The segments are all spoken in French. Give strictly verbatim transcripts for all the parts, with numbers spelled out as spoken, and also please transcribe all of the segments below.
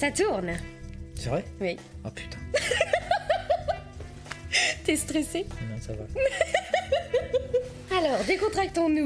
Ça tourne. C'est vrai? Oui. Oh putain. T'es stressé? Non, ça va. Alors, décontractons-nous.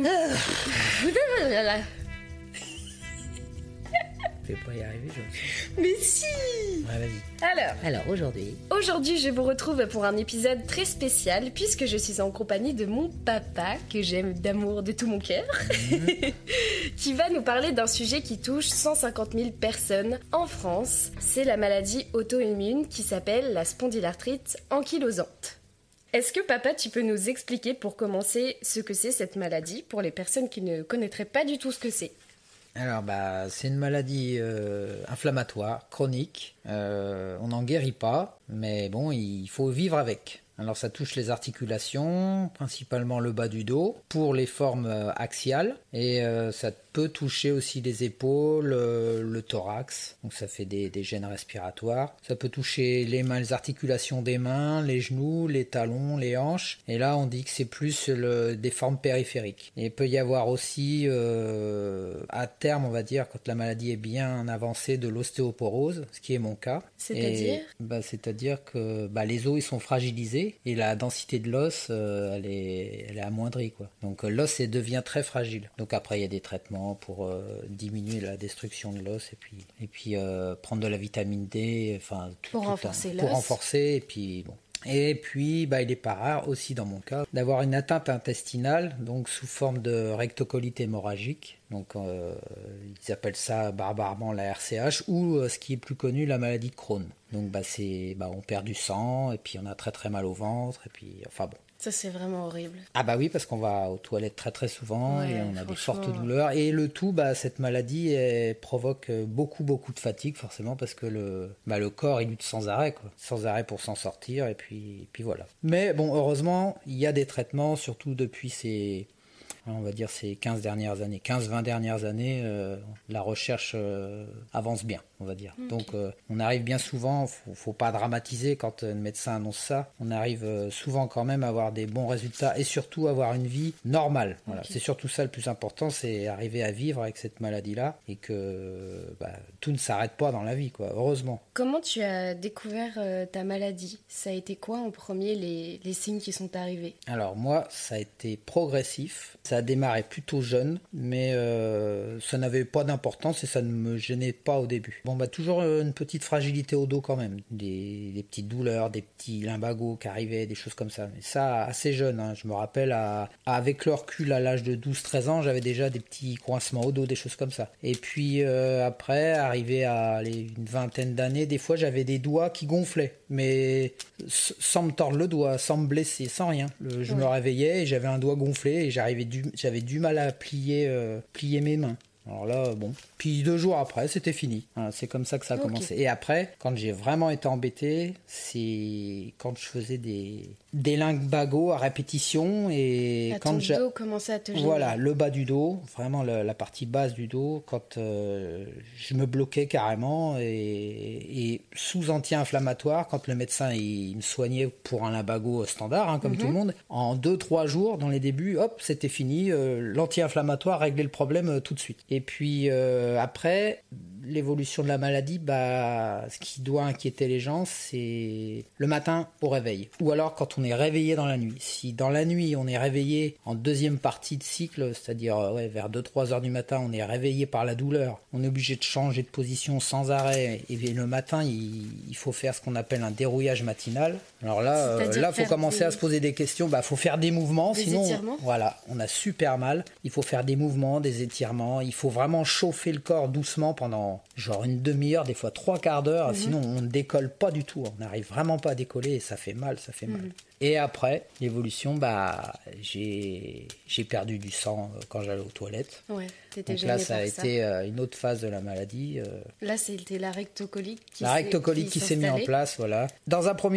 Je vais pas y arriver, je sais. Mais si! Ouais, vas-y. Alors, Alors, aujourd'hui... aujourd'hui, je vous retrouve pour un épisode très spécial puisque je suis en compagnie de mon papa, que j'aime d'amour de tout mon cœur, mmh. qui va nous parler d'un sujet qui touche cent cinquante mille personnes en France. C'est la maladie auto-immune qui s'appelle la spondylarthrite ankylosante. Est-ce que papa, tu peux nous expliquer pour commencer ce que c'est cette maladie pour les personnes qui ne connaîtraient pas du tout ce que c'est? Alors, bah, c'est une maladie euh, inflammatoire, chronique. Euh, on n'en guérit pas, mais bon, il faut vivre avec. Alors, ça touche les articulations, principalement le bas du dos, pour les formes euh, axiales. Et euh, ça peut toucher aussi les épaules, euh, le thorax. Donc, ça fait des, des gènes respiratoires. Ça peut toucher les mains, les articulations des mains, les genoux, les talons, les hanches. Et là, on dit que c'est plus le, des formes périphériques. Et il peut y avoir aussi, euh, à terme, on va dire, quand la maladie est bien avancée, de l'ostéoporose, ce qui est mon cas. C'est-à-dire bah, C'est-à-dire que bah, les os, ils sont fragilisés. Et la densité de l'os, euh, elle, est, elle est amoindrie, quoi. Donc euh, l'os elle devient très fragile. Donc après, il y a des traitements pour euh, diminuer la destruction de l'os et puis, et puis euh, prendre de la vitamine D, enfin tout, pour tout renforcer un, l'os. Pour renforcer, et puis bon. Et puis, bah, il n'est pas rare aussi dans mon cas d'avoir une atteinte intestinale, donc sous forme de rectocolite hémorragique. Donc, euh, ils appellent ça barbairement la R C H ou euh, ce qui est plus connu, la maladie de Crohn. Donc, bah, c'est, bah, on perd du sang et puis on a très très mal au ventre et puis, enfin bon. Ça, c'est vraiment horrible. Ah bah oui, parce qu'on va aux toilettes très très souvent ouais, et on a des fortes douleurs. Et le tout, bah, cette maladie elle provoque beaucoup beaucoup de fatigue forcément parce que le, bah, le corps il lutte sans arrêt, quoi. Sans arrêt pour s'en sortir et puis, et puis voilà. Mais bon, heureusement, il y a des traitements, surtout depuis ces... on va dire ces quinze dernières années, quinze vingt dernières années, euh, la recherche euh, avance bien, on va dire. Okay. Donc euh, on arrive bien souvent, faut, faut pas dramatiser quand le médecin annonce ça, on arrive euh, souvent quand même à avoir des bons résultats et surtout avoir une vie normale. Voilà. Okay. C'est surtout ça le plus important, c'est arriver à vivre avec cette maladie-là et que bah, tout ne s'arrête pas dans la vie, quoi, heureusement. Comment tu as découvert euh, ta maladie? Ça a été quoi en premier les, les signes qui sont arrivés? Alors moi, ça a été progressif. Ça a démarré plutôt jeune, mais euh, ça n'avait pas d'importance et ça ne me gênait pas au début. Bon, bah toujours une petite fragilité au dos quand même, des, des petites douleurs, des petits lumbagos qui arrivaient, des choses comme ça. Mais ça, assez jeune, hein. Je me rappelle, à, à, avec le recul, à l'âge de douze treize ans, j'avais déjà des petits coincements au dos, des choses comme ça. Et puis euh, après, arrivé à les, une vingtaine d'années, des fois j'avais des doigts qui gonflaient, mais sans me tordre le doigt, sans me blesser, sans rien. Le, je ouais. me réveillais et j'avais un doigt gonflé et j'arrivais du J'avais du mal à plier, euh, plier mes mains. Alors là, bon. Puis deux jours après, c'était fini. Voilà, c'est comme ça que ça a okay. commencé. Et après, quand j'ai vraiment été embêté, c'est quand je faisais des, des lumbago à répétition. Et à quand ton j'ai... dos commençait à te gêner. Voilà, le bas du dos, vraiment le, la partie basse du dos, quand euh, je me bloquais carrément. Et, et sous anti-inflammatoire, quand le médecin il, il me soignait pour un lumbago standard, hein, comme mm-hmm. tout le monde, en deux trois jours, dans les débuts, hop, c'était fini. Euh, l'anti-inflammatoire réglait le problème euh, tout de suite. Et puis euh, après, l'évolution de la maladie, bah, ce qui doit inquiéter les gens, c'est le matin au réveil. Ou alors quand on est réveillé dans la nuit. Si dans la nuit, on est réveillé en deuxième partie de cycle, c'est-à-dire ouais, vers deux trois heures du matin, on est réveillé par la douleur, on est obligé de changer de position sans arrêt, et le matin, il, il faut faire ce qu'on appelle un dérouillage matinal. Alors là, euh, là, faut commencer des... à se poser des questions. Bah, faut faire des mouvements, des sinon, étirements. Voilà, on a super mal. Il faut faire des mouvements, des étirements. Il faut vraiment chauffer le corps doucement pendant genre une demi-heure, des fois trois quarts d'heure. Mm-hmm. Sinon, on ne décolle pas du tout. On n'arrive vraiment pas à décoller et ça fait mal, ça fait mm-hmm. mal. Et après, l'évolution, bah, j'ai, j'ai perdu du sang quand j'allais aux toilettes. Ouais, t'étais Donc là, ça a ça. été euh, une autre phase de la maladie. Euh... Là, c'était la rectocolite qui La rectocolite qui, qui s'est mise en place, voilà. Dans un premier temps, la maladie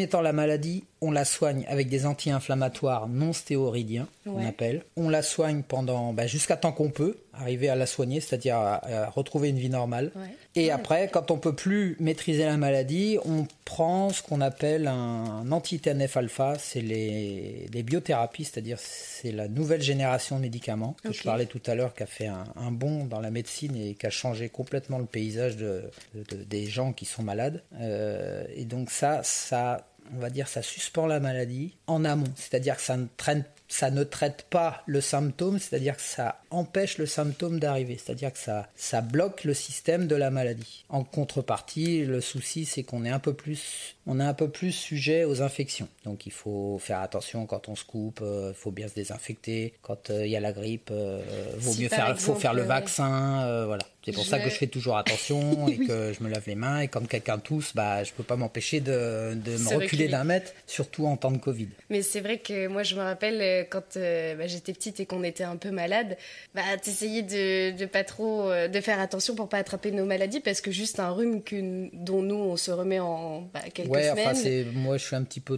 maladie, on la soigne avec des anti-inflammatoires non stéroïdiens, ouais. on appelle. On la soigne pendant bah, jusqu'à temps qu'on peut arriver à la soigner, c'est-à-dire à, à retrouver une vie normale. Ouais. Et ouais, après, quand on peut plus maîtriser la maladie, on prend ce qu'on appelle un anti-T N F alpha, c'est les, les biothérapies, c'est-à-dire c'est la nouvelle génération de médicaments que okay. je parlais tout à l'heure, qui a fait un, un bond dans la médecine et qui a changé complètement le paysage de, de, de, des gens qui sont malades. Euh, et donc ça, ça, on va dire, ça suspend la maladie en amont, c'est-à-dire que ça ne traîne ça ne traite pas le symptôme, c'est-à-dire que ça empêche le symptôme d'arriver, c'est-à-dire que ça, ça bloque le système de la maladie. En contrepartie, le souci, c'est qu'on est un peu plus, on est un peu plus sujet aux infections. Donc il faut faire attention quand on se coupe, il euh, faut bien se désinfecter. Quand il euh, y a la grippe, il euh, vaut si mieux faire, exemple, faut faire le vaccin, euh, voilà. C'est pour je... ça que je fais toujours attention et oui. que je me lave les mains. Et quand quelqu'un tousse, bah, je ne peux pas m'empêcher de, de me reculer, reculer d'un mètre, surtout en temps de Covid. Mais c'est vrai que moi, je me rappelle quand euh, bah, j'étais petite et qu'on était un peu malade, bah, t'essayais de, de pas trop euh, de faire attention pour pas attraper nos maladies parce que juste un rhume que, dont nous, on se remet en bah, quelques ouais, semaines. Enfin, c'est, moi, je suis un petit peu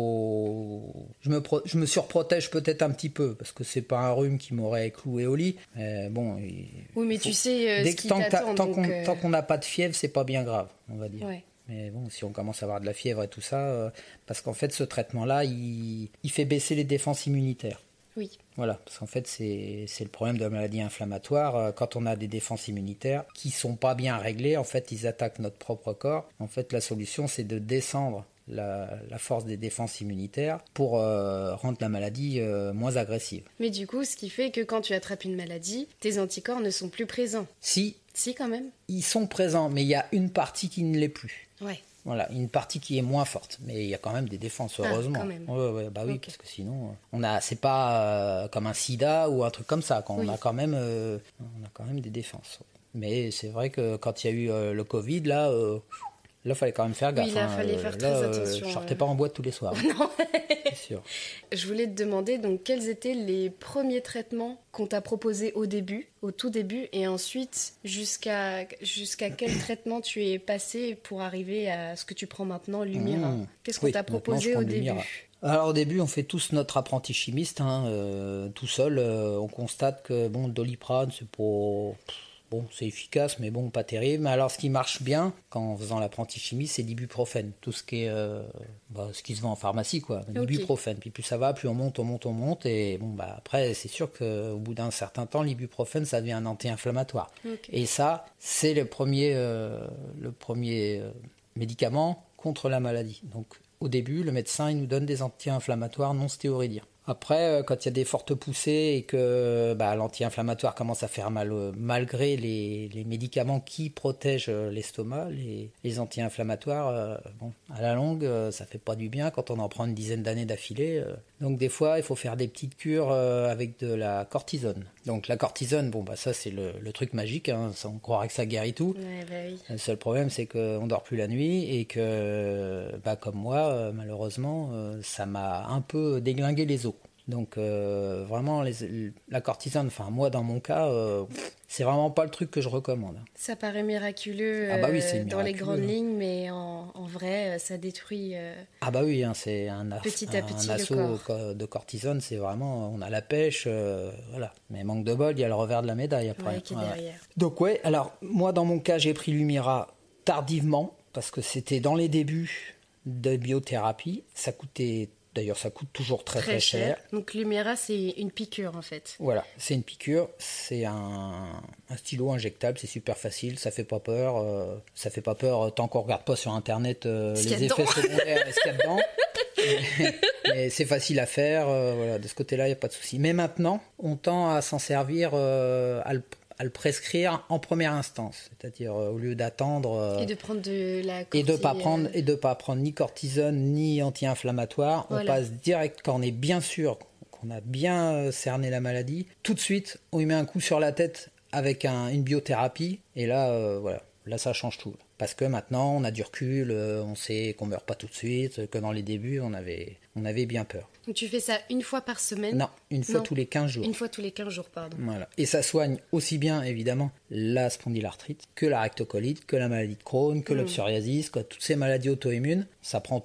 trop... Je me, pro... je me surprotège peut-être un petit peu parce que c'est pas un rhume qui m'aurait cloué au lit. Mais bon, il... Oui, mais faut... tu sais... Euh, Dès que tant, tant, donc, qu'on, euh... tant qu'on n'a pas de fièvre, c'est pas bien grave, on va dire. Ouais. Mais bon, si on commence à avoir de la fièvre et tout ça, euh, parce qu'en fait, ce traitement-là, il, il fait baisser les défenses immunitaires. Oui. Voilà, parce qu'en fait, c'est, c'est le problème de la maladie inflammatoire. Quand on a des défenses immunitaires qui sont pas bien réglées, en fait, ils attaquent notre propre corps. En fait, la solution, c'est de descendre La, la force des défenses immunitaires pour euh, rendre la maladie euh, moins agressive. Mais du coup, ce qui fait que quand tu attrapes une maladie, tes anticorps ne sont plus présents. Si. Si, quand même. Ils sont présents, mais il y a une partie qui ne l'est plus. Ouais. Voilà, une partie qui est moins forte, mais il y a quand même des défenses, heureusement. Ah, quand même. Ouais, ouais, bah oui, okay. parce que sinon, on a, c'est pas euh, comme un sida ou un truc comme ça. Quand oui. on a quand même, euh, on a quand même des défenses. Mais c'est vrai que quand il y a eu euh, le Covid, là. Euh, Là, il fallait quand même faire gaffe. Oui, là, il hein. fallait faire là, très euh, attention. Je ne sortais pas en boîte tous les soirs. Non. C'est sûr. Je voulais te demander, donc, quels étaient les premiers traitements qu'on t'a proposés au début, au tout début, et ensuite, jusqu'à, jusqu'à quel traitement tu es passé pour arriver à ce que tu prends maintenant, Lumira. Mmh. Qu'est-ce qu'on oui, t'a proposé au début ? Alors au début, on fait tous notre apprenti chimiste, hein, euh, tout seul. Euh, on constate que bon, Doliprane, c'est pas... Bon, c'est efficace, mais bon, pas terrible. Mais alors, ce qui marche bien, quand en faisant l'apprenti chimie, c'est l'ibuprofène. Tout ce qui est, euh, bah, ce qui se vend en pharmacie, quoi. Okay. L'ibuprofène. Puis plus ça va, plus on monte, on monte, on monte. Et bon, bah, après, c'est sûr qu'au bout d'un certain temps, l'ibuprofène, ça devient un anti-inflammatoire. Okay. Et ça, c'est le premier, euh, le premier euh, médicament contre la maladie. Donc, au début, le médecin, il nous donne des anti-inflammatoires non stéroïdiens. Après, quand il y a des fortes poussées et que bah, l'anti-inflammatoire commence à faire mal, malgré les, les médicaments qui protègent l'estomac, les, les anti-inflammatoires, euh, bon, à la longue, euh, ça fait pas du bien quand on en prend une dizaine d'années d'affilée. Euh. Donc des fois, il faut faire des petites cures euh, avec de la cortisone. Donc la cortisone, bon, bah, ça c'est le, le truc magique, hein, ça, on croirait que ça guérit tout. Ouais, bah oui. Le seul problème, c'est qu'on dort plus la nuit et que, bah, comme moi, euh, malheureusement, euh, ça m'a un peu déglingué les os. Donc euh, vraiment, les, la cortisone, enfin moi dans mon cas, euh, c'est vraiment pas le truc que je recommande. Ça paraît miraculeux, ah bah oui, c'est euh, miraculeux dans les grandes lignes, mais en, en vrai, ça détruit euh, ah bah oui, hein, c'est un, petit à petit un assaut le corps. De cortisone, c'est vraiment, on a la pêche, euh, voilà. Mais manque de bol, il y a le revers de la médaille après. Ouais, qui est ouais. derrière. Donc ouais, alors moi dans mon cas, j'ai pris Lumira tardivement, parce que c'était dans les débuts de biothérapie, ça coûtait... D'ailleurs, ça coûte toujours très très, très cher. cher. Donc Lumira, c'est une piqûre en fait. Voilà, c'est une piqûre, c'est un, un stylo injectable, c'est super facile, ça fait pas peur, euh, ça fait pas peur tant qu'on regarde pas sur internet euh, les effets secondaires et ce qu'il y a dedans. mais, mais c'est facile à faire, euh, voilà, de ce côté-là, il n'y a pas de souci. Mais maintenant, on tend à s'en servir, euh, à le à le prescrire en première instance, c'est-à-dire euh, au lieu d'attendre euh, et de prendre de la corti- et de pas prendre et de pas prendre ni cortisone ni anti-inflammatoire, voilà. On passe direct quand on est bien sûr qu'on a bien cerné la maladie, tout de suite on lui met un coup sur la tête avec un, une biothérapie et là euh, voilà, là ça change tout. Parce que maintenant on a du recul, euh, on sait qu'on meurt pas tout de suite, que dans les débuts on avait on avait bien peur. Donc tu fais ça une fois par semaine ? Non, une fois non. tous les quinze jours. Une fois tous les quinze jours, pardon. Voilà. Et ça soigne aussi bien, évidemment, la spondylarthrite, que la rectocolite, que la maladie de Crohn, que mmh. le psoriasis, quoi. Toutes ces maladies auto-immunes, ça prend tout.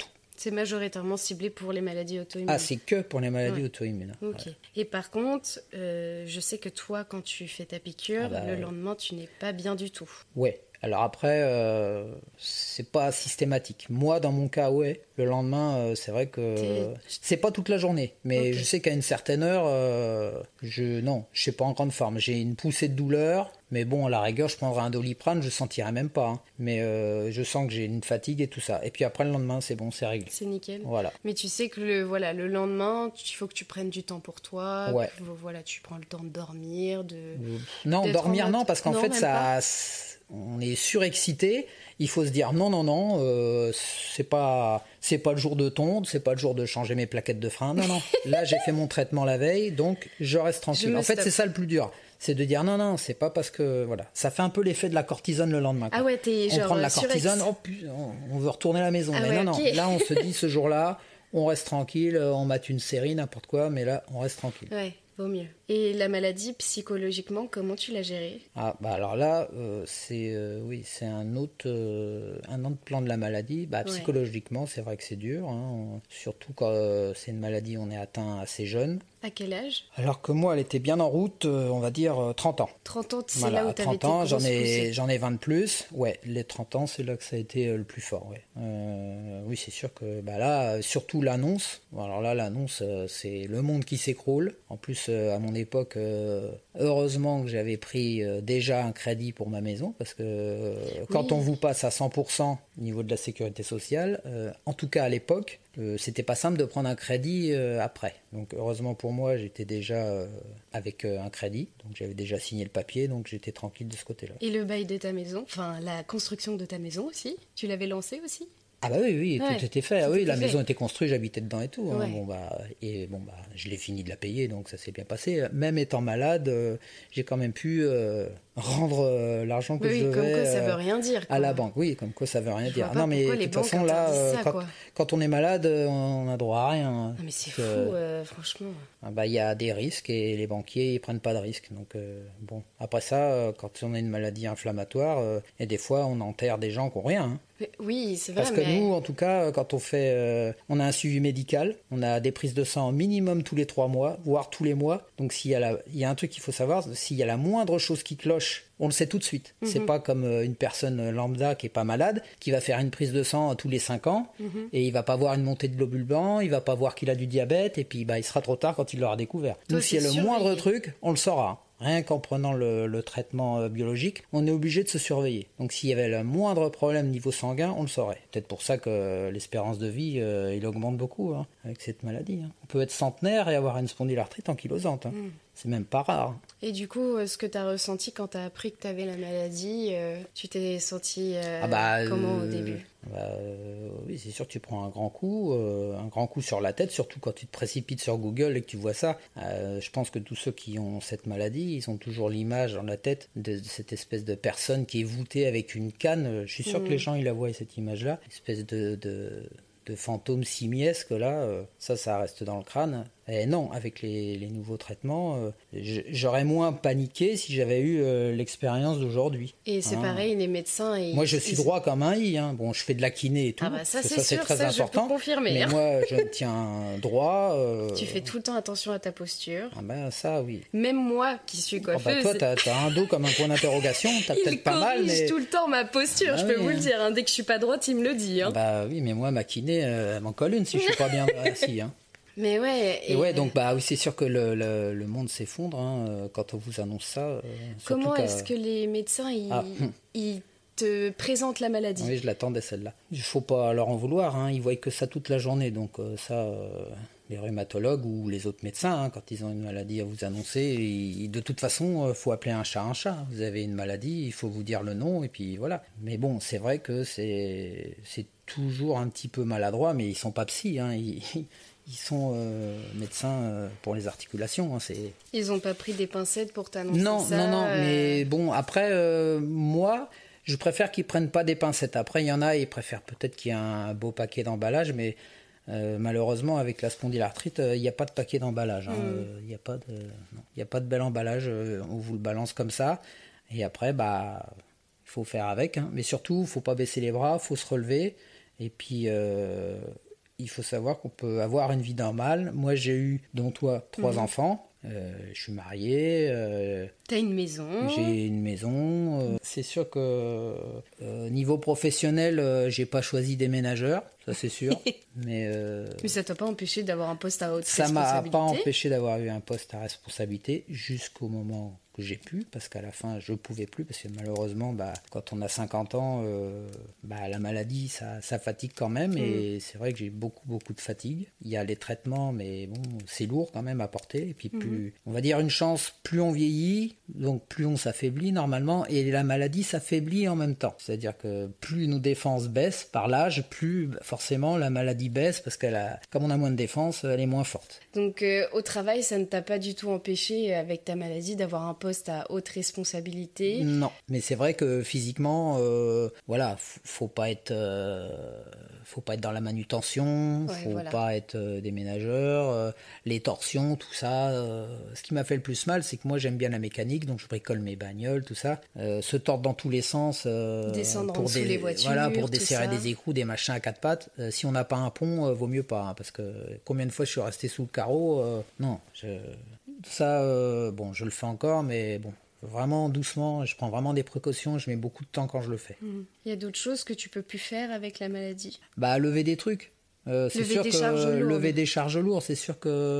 C'est majoritairement ciblé pour les maladies auto-immunes. Ah, c'est que pour les maladies ouais. auto-immunes. Ok. Ouais. Et par contre, euh, je sais que toi, quand tu fais ta piqûre, ah bah, le lendemain, tu n'es pas bien du tout. Ouais. Alors après, euh, c'est pas systématique. Moi, dans mon cas, ouais. Le lendemain, euh, c'est vrai que T'es... c'est pas toute la journée, mais okay. je sais qu'à une certaine heure, euh, je non, je suis pas en grande forme. J'ai une poussée de douleur, mais bon, à la rigueur, je prendrai un Doliprane, je sentirai même pas. Hein. Mais euh, je sens que j'ai une fatigue et tout ça. Et puis après, le lendemain, c'est bon, c'est réglé. C'est nickel. Voilà. Mais tu sais que le voilà, le lendemain, il faut que tu prennes du temps pour toi. Ouais. Que, voilà, tu prends le temps de dormir, de. Non, dormir non, parce qu'en non, fait, ça. On est surexcité, il faut se dire non, non, non, euh, c'est pas, c'est pas le jour de tondre, c'est pas le jour de changer mes plaquettes de frein, non, non. Là, j'ai fait mon traitement la veille, donc je reste tranquille. En fait, c'est ça le plus dur, c'est de dire non, non, c'est pas parce que, voilà, ça fait un peu l'effet de la cortisone le lendemain. Quoi. Ah ouais, t'es on genre prend de la surex. cortisone, oh, putain, on veut retourner à la maison. Ah mais ouais, non, okay. non, là, on se dit ce jour-là, on reste tranquille, on mate une série, n'importe quoi, mais là, on reste tranquille. Ouais. Vaut mieux. Et la maladie, psychologiquement, comment tu l'as gérée ? Ah bah alors là, euh, c'est euh, oui, c'est un autre euh, un autre plan de la maladie. Bah psychologiquement, ouais. C'est vrai que c'est dur, hein, on, surtout quand euh, c'est une maladie, on est atteint assez jeune. À quel âge ? Alors que moi, elle était bien en route, euh, on va dire euh, trente ans. trente ans, c'est voilà, là où t'avais trente ans, été j'en ai poussée. j'en ai vingt de plus. Ouais, les trente ans, c'est là que ça a été euh, le plus fort. Ouais. Euh, oui, c'est sûr que bah là, surtout l'annonce. Alors là, l'annonce, euh, c'est le monde qui s'écroule. En plus, euh, à mon époque, euh, heureusement que j'avais pris euh, déjà un crédit pour ma maison, parce que euh, quand oui. on vous passe à cent pour cent au niveau de la sécurité sociale, euh, en tout cas à l'époque, euh, c'était pas simple de prendre un crédit euh, après. Donc heureusement pour moi, j'étais déjà euh, avec euh, un crédit, donc j'avais déjà signé le papier, donc j'étais tranquille de ce côté-là. Et le bail de ta maison, enfin la construction de ta maison aussi, tu l'avais lancé aussi ? Ah bah oui, oui, ouais, tout était fait. Ah oui, la fait. maison était construite, j'habitais dedans et tout. Hein. Ouais. Bon bah et bon bah, je l'ai fini de la payer, donc ça s'est bien passé. Même étant malade, euh, j'ai quand même pu euh, rendre euh, l'argent que oui, je devais comme quoi, ça veut rien dire, quoi. à la banque. Oui, comme quoi ça veut rien je dire. Vois pas non mais de toute façon là, euh, ça, quand, quand on est malade, on n'a droit à rien. Non mais c'est fou, euh, franchement. Ah bah il y a des risques et les banquiers ils prennent pas de risques. Donc euh, bon, après ça, quand on a une maladie inflammatoire, euh, et des fois on enterre des gens qui n'ont rien. Hein. Mais, oui, c'est vrai. Parce que mais... nous, en tout cas, quand on fait, euh, on a un suivi médical, on a des prises de sang minimum tous les trois mois, voire tous les mois. Donc s'il y a, la, il y a un truc qu'il faut savoir, s'il y a la moindre chose qui cloche, on le sait tout de suite. Mm-hmm. C'est pas comme une personne lambda qui est pas malade, qui va faire une prise de sang tous les cinq ans, mm-hmm. et il va pas voir une montée de globules blancs, il va pas voir qu'il a du diabète, et puis bah, il sera trop tard quand il l'aura découvert. Toi, nous, s'il y a le moindre truc, on le saura. Rien qu'en prenant le, le traitement biologique, on est obligé de se surveiller. Donc s'il y avait le moindre problème niveau sanguin, on le saurait. Peut-être pour ça que l'espérance de vie, euh, il augmente beaucoup hein, avec cette maladie. Hein. On peut être centenaire et avoir une spondylarthrite ankylosante. Hein. Mm. C'est même pas rare. Et du coup, ce que tu as ressenti quand tu as appris que tu avais la maladie, euh, tu t'es senti euh, ah bah, comment euh, au début ? Bah, euh, oui, c'est sûr que tu prends un grand coup, euh, un grand coup sur la tête, surtout quand tu te précipites sur Google et que tu vois ça. Euh, je pense que tous ceux qui ont cette maladie, ils ont toujours l'image dans la tête de cette espèce de personne qui est voûtée avec une canne. Je suis sûr mmh. que les gens ils la voient cette image-là, espèce de, de, de fantôme simiesque là. Euh, ça, ça reste dans le crâne. Et non, avec les, les nouveaux traitements, euh, j'aurais moins paniqué si j'avais eu euh, l'expérience d'aujourd'hui. Et c'est hein. Pareil, les médecins... Ils, moi, je suis ils... droit comme un i. Hein. Bon, je fais de la kiné et tout. Ah bah ça, c'est ça, sûr, très ça, important. je peux confirmer. Mais hein. moi, je me tiens droit. Euh... Tu fais tout le temps attention à ta posture. Ah ben ça, oui. Même moi, qui suis coiffeuse... Oh bah toi, t'as, t'as un dos comme un point d'interrogation. T'as peut-être pas mal, mais... Il corrige tout le temps ma posture, ah, je peux oui, vous hein. le dire. Hein. Dès que je suis pas droite, il me le dit. Hein. Bah oui, mais moi, ma kiné, euh, elle m'en colle une si je suis pas bien assis. Hein. Mais ouais. Et, et ouais, donc bah oui, c'est sûr que le, le, le monde s'effondre hein, quand on vous annonce ça. Euh, Comment est-ce que les médecins ils, ah. ils te présentent la maladie ? Oui, je l'attendais celle-là. Il faut pas leur en vouloir. Hein, ils voient que ça toute la journée, donc euh, ça, euh, les rhumatologues ou les autres médecins, hein, quand ils ont une maladie à vous annoncer, ils, de toute façon, il faut appeler un chat un chat. Vous avez une maladie, il faut vous dire le nom et puis voilà. Mais bon, c'est vrai que c'est c'est toujours un petit peu maladroit, mais ils sont pas psy. Hein, ils, Ils sont euh, médecins euh, pour les articulations. Hein, c'est... Ils n'ont pas pris des pincettes pour t'annoncer non, ça Non, non, euh... mais bon, après, euh, moi, je préfère qu'ils ne prennent pas des pincettes. Après, il y en a, ils préfèrent peut-être qu'il y ait un beau paquet d'emballage, mais euh, malheureusement, avec la spondylarthrite, il euh, n'y a pas de paquet d'emballage. Il hein, mm. n'y euh, a, a pas de bel emballage. Euh, on vous le balance comme ça. Et après, bah, il faut faire avec. Hein. Mais surtout, il ne faut pas baisser les bras, il faut se relever. Et puis... Euh, il faut savoir qu'on peut avoir une vie normale. Moi, j'ai eu, dont toi, trois mmh. enfants. Euh, je suis marié. Euh, T'as une maison. J'ai une maison. Euh, c'est sûr que euh, niveau professionnel, euh, j'ai pas choisi des ménageurs, ça c'est sûr. mais, euh, mais ça t'a pas empêché d'avoir un poste à haute ça responsabilité. Ça m'a pas empêché d'avoir eu un poste à responsabilité jusqu'au moment que j'ai pu, parce qu'à la fin je pouvais plus, parce que malheureusement bah, quand on a cinquante ans, euh, bah, la maladie ça, ça fatigue quand même, mmh. et c'est vrai que j'ai beaucoup beaucoup de fatigue. Il y a les traitements, mais bon, c'est lourd quand même à porter, et puis plus, mmh. on va dire une chance, plus on vieillit, donc plus on s'affaiblit normalement, et la maladie s'affaiblit en même temps. C'est-à-dire que plus nos défenses baissent par l'âge, plus forcément la maladie baisse, parce qu'elle a, comme on a moins de défenses, elle est moins forte. Donc euh, au travail, ça ne t'a pas du tout empêché, avec ta maladie, d'avoir un poste à haute responsabilité? Non, mais c'est vrai que physiquement, euh, voilà, f- faut pas être, euh, faut pas être dans la manutention, ouais, faut voilà. pas être euh, des ménageurs, euh, les torsions, tout ça. Euh, ce qui m'a fait le plus mal, c'est que moi j'aime bien la mécanique, donc je bricole mes bagnoles, tout ça. Euh, se tordre dans tous les sens, euh, descendre pour en dessous des, les voitures, voilà, pour desserrer ça. des écrous, des machins à quatre pattes. Euh, si on n'a pas un pont, euh, vaut mieux pas, hein, parce que combien de fois je suis resté sous le carreau, euh, non, je, ça, euh, bon, je le fais encore, mais bon. Vraiment doucement, je prends vraiment des précautions, je mets beaucoup de temps quand je le fais. Mmh. Il y a d'autres choses que tu peux plus faire avec la maladie? Bah, lever des trucs. Euh, c'est lever sûr des que charges lourdes. lever des charges lourdes, c'est sûr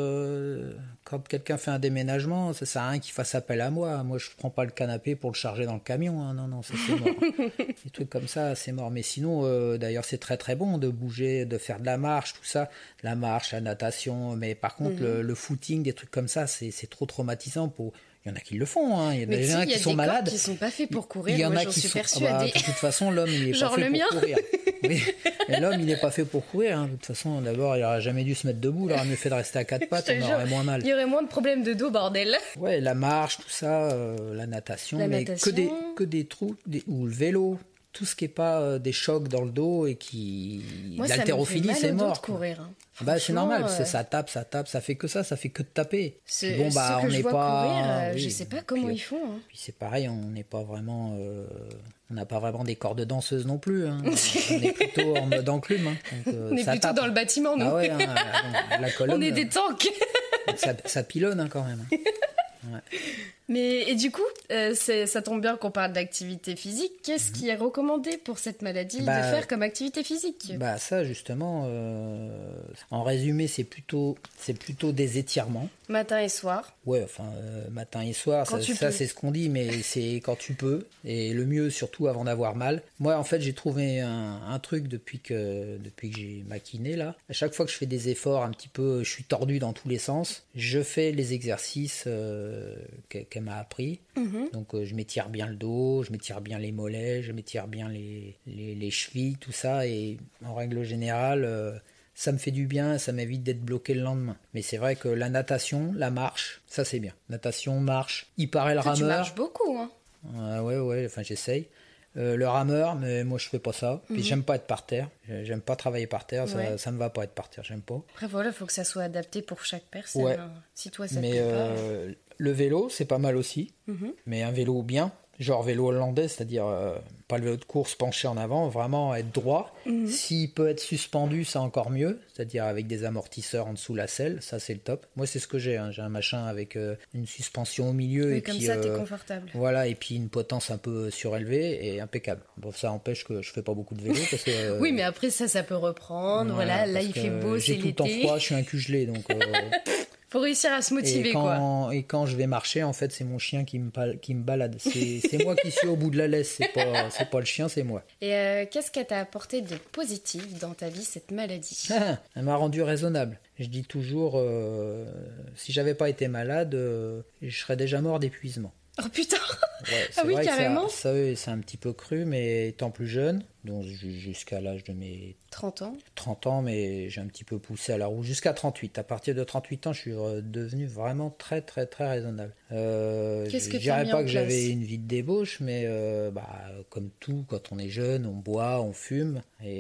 que quand quelqu'un fait un déménagement, ça sert à rien qu'il fasse appel à moi. Moi, je prends pas le canapé pour le charger dans le camion. Hein. Non, non, ça c'est mort. Des trucs comme ça, c'est mort. Mais sinon, euh, d'ailleurs, c'est très très bon de bouger, de faire de la marche, tout ça, la marche, la natation. Mais par contre, mmh. le, le footing, des trucs comme ça, c'est, c'est trop traumatisant pour. Il y en a qui le font, hein. Il y a des gens qui sont malades. Il y a des corps qui sont pas faits pour courir. Il y en Moi, a j'en qui suis sont. persuadée. Ah bah, de toute façon, l'homme, il est Genre pas fait le pour mien. courir. Oui. Et l'homme, il n'est pas fait pour courir. Hein. De toute façon, d'abord, il n'aurait jamais dû se mettre debout. Il aurait mieux fait de rester à quatre pattes. On aurait moins mal. Il y aurait moins de problèmes de dos, bordel. Ouais, la marche, tout ça, euh, la natation, la mais natation. que des que des trous, des, ou le vélo. Tout ce qui n'est pas euh, des chocs dans le dos et qui. Moi, l'haltérophilie, ça me fait mal c'est au dos mort. de courir. Hein. Bah, c'est normal, euh... ça tape, ça tape, ça fait que ça, ça fait que de taper. C'est, bon, bah, ceux que on je n'est vois pas. Courir, euh, oui. Je sais pas comment puis, ils font. Hein. Puis c'est pareil, on n'est pas vraiment. Euh... On n'a pas vraiment des corps de danseuse non plus. Hein. On est plutôt en mode enclume. Hein. Donc, euh, on est ça plutôt tape. dans le bâtiment, nous. Ah ouais, hein, la, la colonne. On est des tanks. ça, ça pilonne hein, quand même. Ouais. Mais et du coup, euh, c'est, ça tombe bien qu'on parle d'activité physique. Qu'est-ce mmh. qui est recommandé pour cette maladie bah, de faire comme activité physique? Bah ça justement, euh, en résumé, c'est plutôt, c'est plutôt des étirements. Matin et soir. Ouais, enfin euh, matin et soir, quand ça, ça c'est ce qu'on dit, mais c'est quand tu peux. Et le mieux surtout avant d'avoir mal. Moi en fait j'ai trouvé un, un truc depuis que depuis que j'ai ma kiné là. À chaque fois que je fais des efforts un petit peu, je suis tordu dans tous les sens. Je fais les exercices euh, qu'elle m'a appris. Mmh. Donc euh, je m'étire bien le dos, je m'étire bien les mollets, je m'étire bien les, les, les chevilles, tout ça. Et en règle générale, euh, ça me fait du bien, ça m'évite d'être bloqué le lendemain. Mais c'est vrai que la natation, la marche, ça c'est bien. Natation, marche, il paraît le Toi, rameur. Tu marches beaucoup, hein. Euh, ouais, ouais, enfin j'essaye. Euh, le rameur, mais moi je fais pas ça. Puis mmh. j'aime pas être par terre. J'aime pas travailler par terre. Ça, ouais. ça me va pas être par terre. J'aime pas. Après voilà, faut que ça soit adapté pour chaque personne. Ouais. Hein. Si toi ça te mais plaît euh, pas. Le vélo, c'est pas mal aussi. Mmh. Mais un vélo bien, genre vélo hollandais, c'est-à-dire euh, pas le vélo de course penché en avant, vraiment être droit. Mmh. S'il peut être suspendu, c'est encore mieux. C'est-à-dire avec des amortisseurs en dessous la selle, ça c'est le top. Moi c'est ce que j'ai. Hein. J'ai un machin avec euh, une suspension au milieu. Oui, et comme puis, ça euh, t'es confortable. Voilà, et puis une potence un peu surélevée et impeccable. Bon, ça empêche que je fais pas beaucoup de vélo parce que. Euh, oui, mais après ça, ça peut reprendre. Voilà, voilà là il fait beau, c'est l'été. J'ai tout le temps froid, je suis un cul gelé, donc. Euh, Faut réussir à se motiver, et quand, quoi. Et quand je vais marcher, en fait, c'est mon chien qui me, qui me balade. C'est, c'est moi qui suis au bout de la laisse. C'est pas, c'est pas le chien, c'est moi. Et euh, qu'est-ce qu'elle t'a apporté de positif dans ta vie, cette maladie? Ah, elle m'a rendu raisonnable. Je dis toujours, euh, si j'avais pas été malade, euh, je serais déjà mort d'épuisement. Oh putain. Ouais, ah oui, vrai carrément. Que ça, ça, oui, c'est un petit peu cru, mais étant plus jeune, donc jusqu'à l'âge de mes trente ans. trente ans, mais j'ai un petit peu poussé à la roue jusqu'à trente-huit. À partir de trente-huit ans, je suis devenu vraiment très, très, très raisonnable. Euh, Qu'est-ce que je dirais pas que place? j'avais une vie de débauche, mais euh, bah, comme tout, quand on est jeune, on boit, on fume.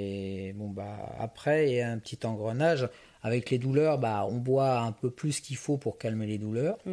Et bon, bah, après, il y a un petit engrenage. Avec les douleurs, bah, on boit un peu plus qu'il faut pour calmer les douleurs. Mm-hmm.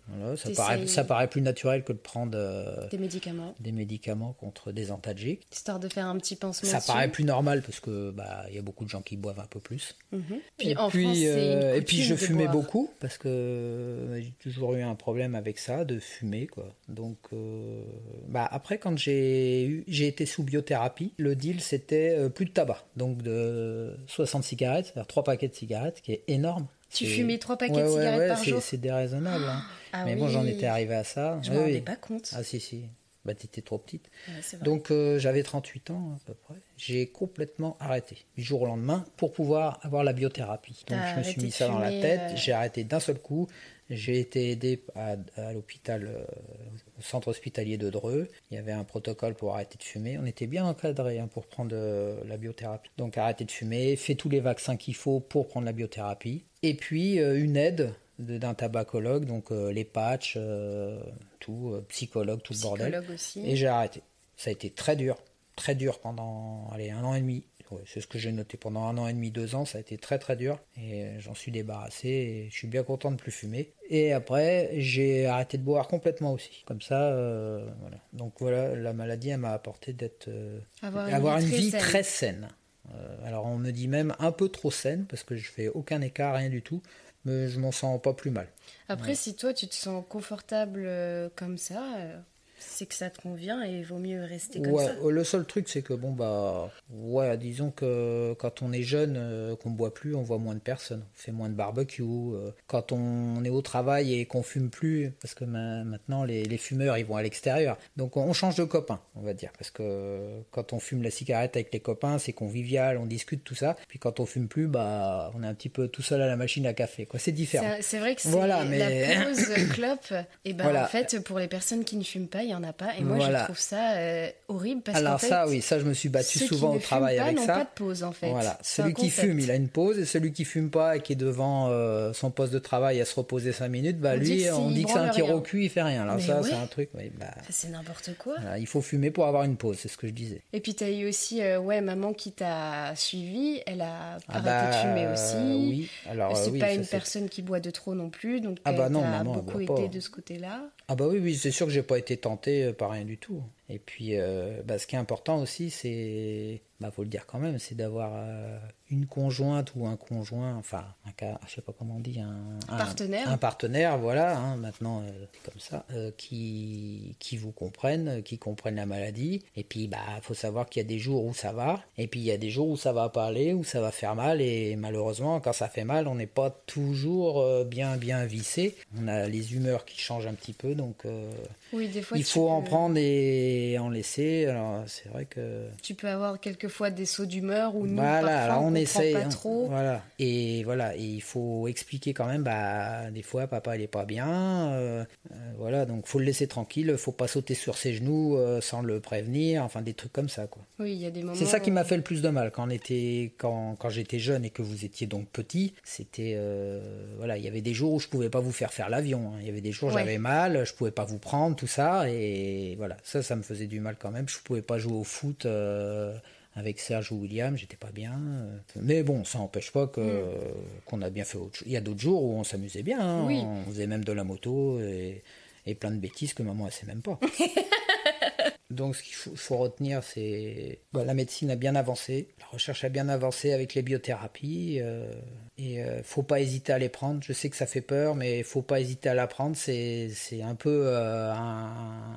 Voilà, ça, paraît, ça paraît plus naturel que de prendre euh, des médicaments. Des médicaments contre des antalgiques. Histoire de faire un petit pansement Ça dessus. paraît plus normal parce que bah il y a beaucoup de gens qui boivent un peu plus. Mm-hmm. Puis et en puis, France, c'est une euh, et puis je fumais boire. beaucoup parce que euh, j'ai toujours eu un problème avec ça, de fumer quoi. Donc euh, bah après quand j'ai eu, j'ai été sous biothérapie, le deal c'était euh, plus de tabac, donc de soixante cigarettes, c'est-à-dire trois paquets de cigarettes, qui est énorme. Tu c'est... fumais trois paquets ouais, de cigarettes ouais, ouais, par c'est, jour. C'est déraisonnable. Hein. Ah, mais oui. bon, j'en étais arrivé à ça. Je oui, m'en oui. rendais pas compte. Ah si si. Bah t'étais trop petite. Ouais, c'est vrai. Donc euh, j'avais trente-huit ans à peu près. J'ai complètement arrêté du jour au lendemain pour pouvoir avoir la biothérapie. Donc T'as je me suis mis ça fumer, dans la tête. Euh... J'ai arrêté d'un seul coup. J'ai été aidé à, à l'hôpital, euh, au centre hospitalier de Dreux. Il y avait un protocole pour arrêter de fumer. On était bien encadré hein, pour prendre euh, la biothérapie. Donc arrêter de fumer, fait tous les vaccins qu'il faut pour prendre la biothérapie. Et puis euh, une aide de, d'un tabacologue, donc euh, les patchs, euh, tout, euh, psychologue, tout psychologue le bordel. Aussi. Et j'ai arrêté. Ça a été très dur, très dur pendant allez, un an et demi. Ouais, c'est ce que j'ai noté pendant un an et demi, deux ans, ça a été très très dur et j'en suis débarrassé et je suis bien content de plus fumer. Et après, j'ai arrêté de boire complètement aussi. Comme ça, euh, voilà. Donc voilà, la maladie, elle m'a apporté d'être, euh, avoir une avoir vie, une très, vie saine. très saine. Euh, alors on me dit même un peu trop saine parce que je fais aucun écart, rien du tout, mais je m'en sens pas plus mal. Après, ouais. Si toi tu te sens confortable euh, comme ça. Euh... c'est que ça te convient et il vaut mieux rester comme ouais, ça. Le seul truc, c'est que bon, bah, ouais, disons que quand on est jeune, euh, qu'on ne boit plus, on voit moins de personnes. On fait moins de barbecue. Euh, quand on est au travail et qu'on fume plus, parce que ma- maintenant, les, les fumeurs, ils vont à l'extérieur. Donc, on change de copains, on va dire. Parce que quand on fume la cigarette avec les copains, c'est convivial, on discute, tout ça. Puis quand on fume plus, bah, on est un petit peu tout seul à la machine à café, quoi. C'est différent. C'est, c'est vrai que c'est voilà, mais... la pause clope. Et ben, voilà. En fait, pour les personnes qui ne fument pas, il n'y en a pas. Et moi, voilà. je trouve ça euh, horrible parce Alors qu'en fait, ça, oui, ça, je me suis battu souvent au travail avec ça. Ceux qui ne fument pas n'ont pas de pause, en fait. Voilà. C'est celui qui fume, il a une pause, et celui qui fume pas et qui est devant euh, son poste de travail à se reposer cinq minutes, bah on lui, dit on dit que c'est un tir au cul, il fait rien. Alors mais ça, ouais. c'est un truc, oui, bah, c'est n'importe quoi. Voilà, il faut fumer pour avoir une pause, c'est ce que je disais. Et puis t'as eu aussi, euh, ouais, maman qui t'a suivi, elle a ah arrêté bah, de fumer aussi. Oui, alors c'est oui, pas ça, une c'est... personne qui boit de trop non plus, donc ah bah elle non, t'a maman, beaucoup elle aidé boit pas. de ce côté-là. Ah bah oui, oui, c'est sûr que j'ai pas été tenté par rien du tout. Et puis, euh, bah, ce qui est important aussi, c'est, bah, faut le dire quand même, c'est d'avoir euh, une conjointe ou un conjoint, enfin, un cas, je sais pas comment on dit, un, un partenaire. Un partenaire, voilà, hein, maintenant, euh, c'est comme ça, euh, qui, qui vous comprennent, qui comprennent la maladie. Et puis, bah, faut savoir qu'il y a des jours où ça va, et puis il y a des jours où ça va pas aller, où ça va faire mal, et malheureusement, quand ça fait mal, on n'est pas toujours euh, bien, bien vissé. On a les humeurs qui changent un petit peu, donc euh, oui, des fois, il faut peux... en prendre et en laisser. Alors c'est vrai que tu peux avoir quelquefois des sauts d'humeur ou nous voilà, parfois alors on, on essaye pas trop. Voilà, et voilà, et il faut expliquer quand même. Bah des fois papa il est pas bien, euh, euh, voilà, donc faut le laisser tranquille, faut pas sauter sur ses genoux euh, sans le prévenir, enfin des trucs comme ça quoi. Oui, il y a des moments. C'est ça qui m'a fait le plus de mal quand on était quand quand j'étais jeune et que vous étiez donc petit. C'était euh, voilà, il y avait des jours où je pouvais pas vous faire faire l'avion. Hein. Il y avait des jours où ouais. j'avais mal, je pouvais pas vous prendre tout ça et voilà, ça ça me faisait du mal quand même. Je pouvais pas jouer au foot euh, avec Serge ou William, j'étais pas bien. Euh. Mais bon, ça n'empêche pas que mm. qu'on a bien fait autre chose. Il y a d'autres jours où on s'amusait bien. Hein. Oui. On faisait même de la moto et, et plein de bêtises que maman elle sait même pas. Donc ce qu'il faut, faut retenir, c'est bah, la médecine a bien avancé, la recherche a bien avancé avec les biothérapies, euh, et euh, faut pas hésiter à les prendre. Je sais que ça fait peur, mais faut pas hésiter à la prendre. C'est, c'est un peu euh, un,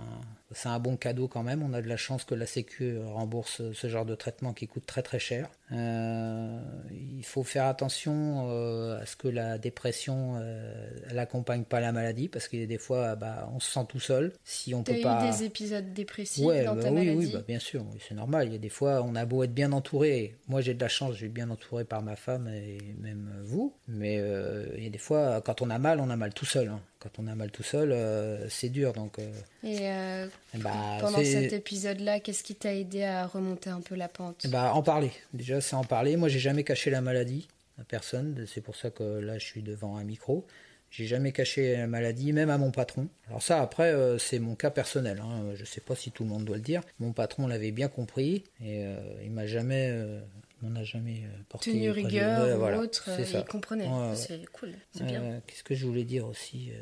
c'est un bon cadeau quand même. On a de la chance que la Sécu rembourse ce genre de traitement qui coûte très très cher. Euh, il faut faire attention euh, à ce que la dépression euh, elle accompagne pas la maladie, parce que des fois bah, on se sent tout seul. Si on T'as peut eu pas... des épisodes dépressifs ouais, dans bah, ta oui, maladie? Oui, bah, bien sûr, oui, c'est normal. Il y a des fois, on a beau être bien entouré. Moi, j'ai de la chance, je suis bien entouré par ma femme et même vous. Mais euh, il y a des fois, quand on a mal, on a mal tout seul. Hein. Quand on a mal tout seul, euh, c'est dur. Donc, euh, et euh, bah, pendant c'est... cet épisode-là, qu'est-ce qui t'a aidé à remonter un peu la pente? Bah, en parler. Déjà, c'est en parler. Moi, j'ai jamais caché la maladie à personne. C'est pour ça que là, je suis devant un micro. J'ai jamais caché la maladie, même à mon patron. Alors ça, après, euh, c'est mon cas personnel. Hein. Je sais pas si tout le monde doit le dire. Mon patron l'avait bien compris et euh, il m'a jamais, euh, il m'en a jamais porté tenu rigueur ouais, ou voilà, autre. C'est ça. Il comprenait. Ouais, ouais. C'est cool, c'est euh, bien. Qu'est-ce que je voulais dire aussi euh...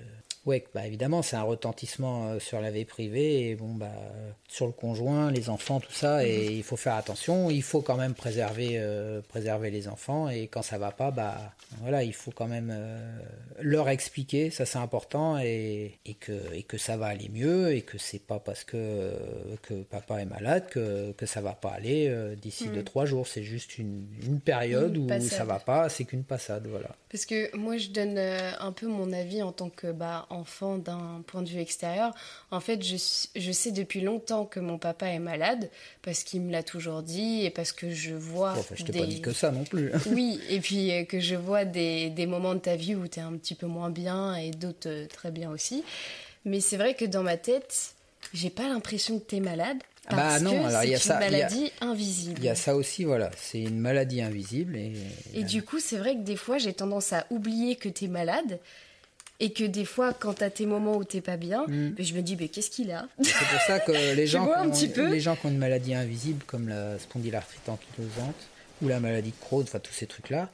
Ouais, bah évidemment, c'est un retentissement euh, sur la vie privée, et bon, bah, euh, sur le conjoint, les enfants, tout ça, et il faut faire attention. Il faut quand même préserver, euh, préserver les enfants, et quand ça va pas, bah voilà, il faut quand même euh, leur expliquer, ça c'est important, et, et, que, et que ça va aller mieux, et que c'est pas parce que, que papa est malade que, que ça va pas aller euh, d'ici Mm. deux, trois jours. C'est juste une, une période Une où passade. ça va pas, c'est qu'une passade, voilà. Parce que moi, je donne euh, un peu mon avis en tant que bah, enfant d'un point de vue extérieur. En fait, je, je sais depuis longtemps que mon papa est malade, parce qu'il me l'a toujours dit, et parce que je vois Bon, enfin, je t'ai des... pas dit que ça non plus. Oui, et puis euh, que je vois des, des moments de ta vie où tu es un petit peu moins bien, et d'autres euh, très bien aussi. Mais c'est vrai que dans ma tête, j'ai pas l'impression que tu es malade. Parce Bah non, que alors il y a c'est ça, une il y a- maladie invisible. Il y a ça aussi, voilà. C'est une maladie invisible. Et, Et du coup, c'est vrai que des fois, j'ai tendance à oublier que t'es malade. Et que des fois, quand t'as tes moments où t'es pas bien, Mm. ben, je me dis, mais qu'est-ce qu'il a? c'est pour ça que les Je gens, vois qui un ont, petit peu. les gens qui ont une maladie invisible, comme la spondylarthrite ankylosante ou la maladie de Crohn, enfin tous ces trucs-là,